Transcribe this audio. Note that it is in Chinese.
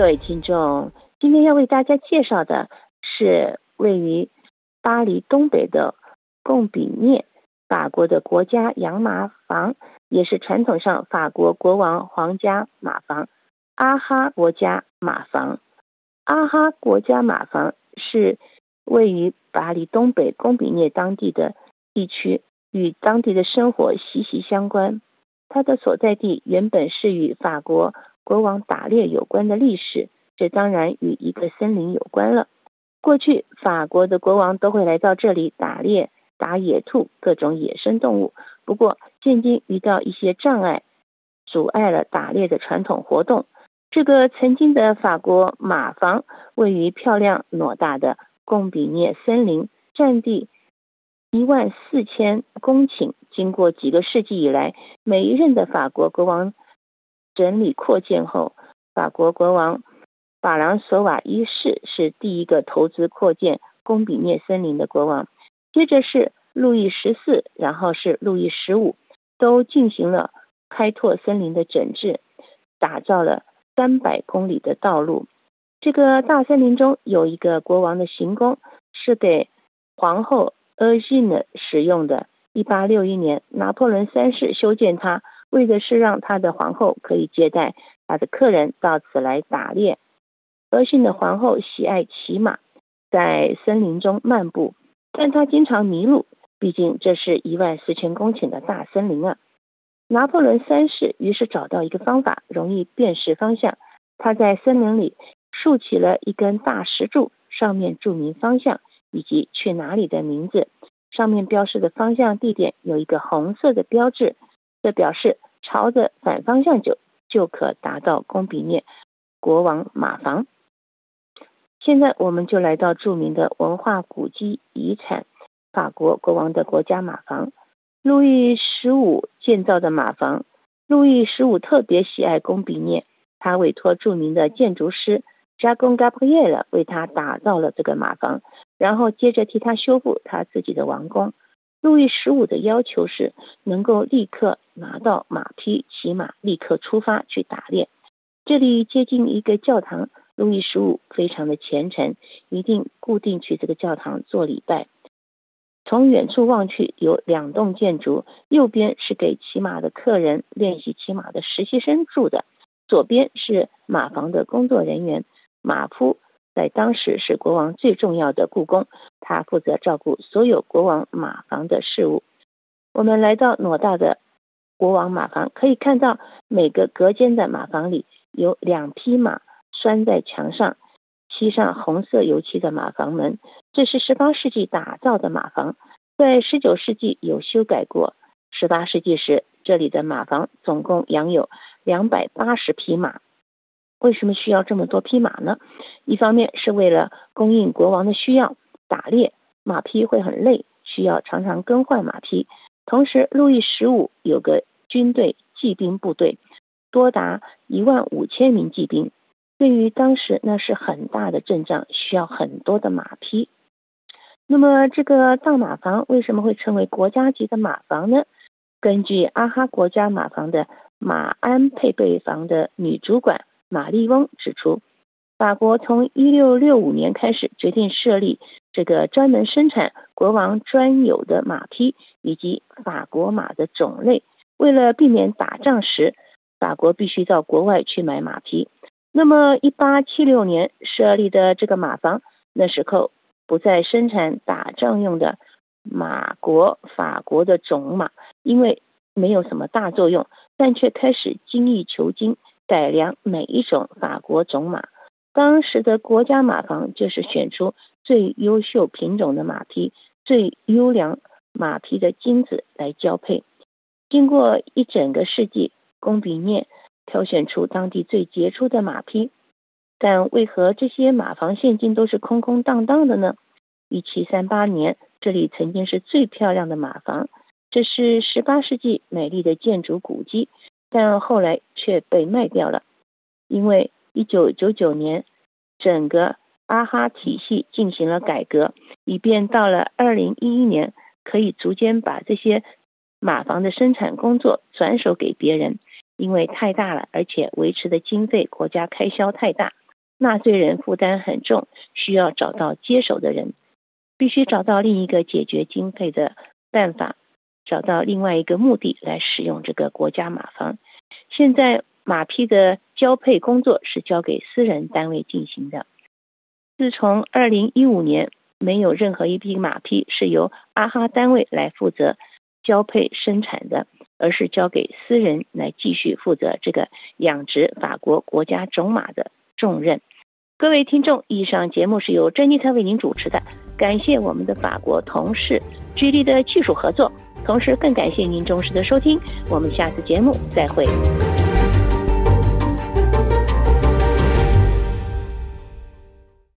各位听众，今天要为大家介绍的是位于巴黎东北的贡比涅，法国的国家养马房，也是传统上法国国王皇家马房——阿哈国家马房。阿哈国家马房是位于巴黎东北贡比涅当地的地区，与当地的生活息息相关。它的所在地原本是与法国国王打猎有关的历史，这当然与一个森林有关了。过去法国的国王都会来到这里打猎、打野兔、各种野生动物。不过现今遇到一些障碍，阻碍了打猎的传统活动。这个曾经的法国马房位于漂亮偌大的贡比涅森林，占地14000公顷。经过几个世纪以来，每一任的法国国王整理扩建后，法国国王法朗索瓦一世是第一个投资扩建贡比涅森林的国王，接着是路易14，然后是路易15，都进行了开拓森林的整治，打造了300公里的道路。这个大森林中有一个国王的行宫，是给皇后厄吉娜使用的。1861年，拿破仑3世修建它，为的是让他的皇后可以接待他的客人到此来打猎。厄吉娜皇后喜爱骑马，在森林中漫步，但她经常迷路，毕竟这是14000公顷的大森林啊。拿破仑3世于是找到一个方法，容易辨识方向。他在森林里竖起了一根大石柱，上面注明方向以及去哪里的名字。上面标示的方向地点有一个红色的标志，这表示朝着反方向走，就可达到贡比涅国王马房。现在我们就来到著名的文化古迹遗产——法国国王的国家马房。路易15建造的马房，路易15特别喜爱贡比涅，他委托著名的建筑师扎贡·加布耶勒为他打造了这个马房，然后接着替他修复他自己的王宫。路易15的要求是能够立刻拿到马匹，骑马立刻出发去打猎。这里接近一个教堂，路易15非常的虔诚，一定固定去这个教堂做礼拜。从远处望去，有2栋建筑，右边是给骑马的客人练习骑马的实习生住的，左边是马房的工作人员。马夫在当时是国王最重要的雇工，他负责照顾所有国王马房的事务。我们来到偌大的国王马房，可以看到每个隔间的马房里有2匹马拴在墙上，漆上红色油漆的马房门。这是18世纪打造的马房，在19世纪有修改过。18世纪时，这里的马房总共养有280匹马。为什么需要这么多匹马呢？一方面是为了供应国王的需要，打猎马匹会很累，需要常常更换马匹。同时路易15有个军队骑兵部队，多达15000名骑兵，对于当时那是很大的阵仗，需要很多的马匹。那么这个大马房为什么会成为国家级的马房呢？根据阿哈国家马房的马鞍配备房的女主管玛丽翁指出，法国从1665年开始决定设立这个专门生产国王专有的马匹以及法国马的种类。为了避免打仗时法国必须到国外去买马匹，那么1876年设立的这个马房，那时候不再生产打仗用的法国的种马，因为没有什么大作用，但却开始精益求精，改良每一种法国种马。当时的国家马房就是选出最优秀品种的马匹，最优良马匹的精子来交配。经过一整个世纪，贡比涅挑选出当地最杰出的马匹，但为何这些马房现今都是空空荡荡的呢？1738年，这里曾经是最漂亮的马房，这是18世纪美丽的建筑古迹，但后来却被卖掉了。因为1999年整个阿哈体系进行了改革，以便到了2011年可以逐渐把这些马房的生产工作转手给别人，因为太大了，而且维持的经费国家开销太大， 纳税人负担很重，需要找到接手的人，必须找到另一个解决经费的办法，找到另外一个目的来使用这个国家马房。现在马匹的交配工作是交给私人单位进行的。自从2015年，没有任何一匹马匹是由阿哈单位来负责交配生产的，而是交给私人来继续负责这个养殖法国国家种马的重任。各位听众，以上节目是由珍妮特为您主持的，感谢我们的法国同事居力的技术合作，同时更感谢您忠实的收听，我们下次节目再会。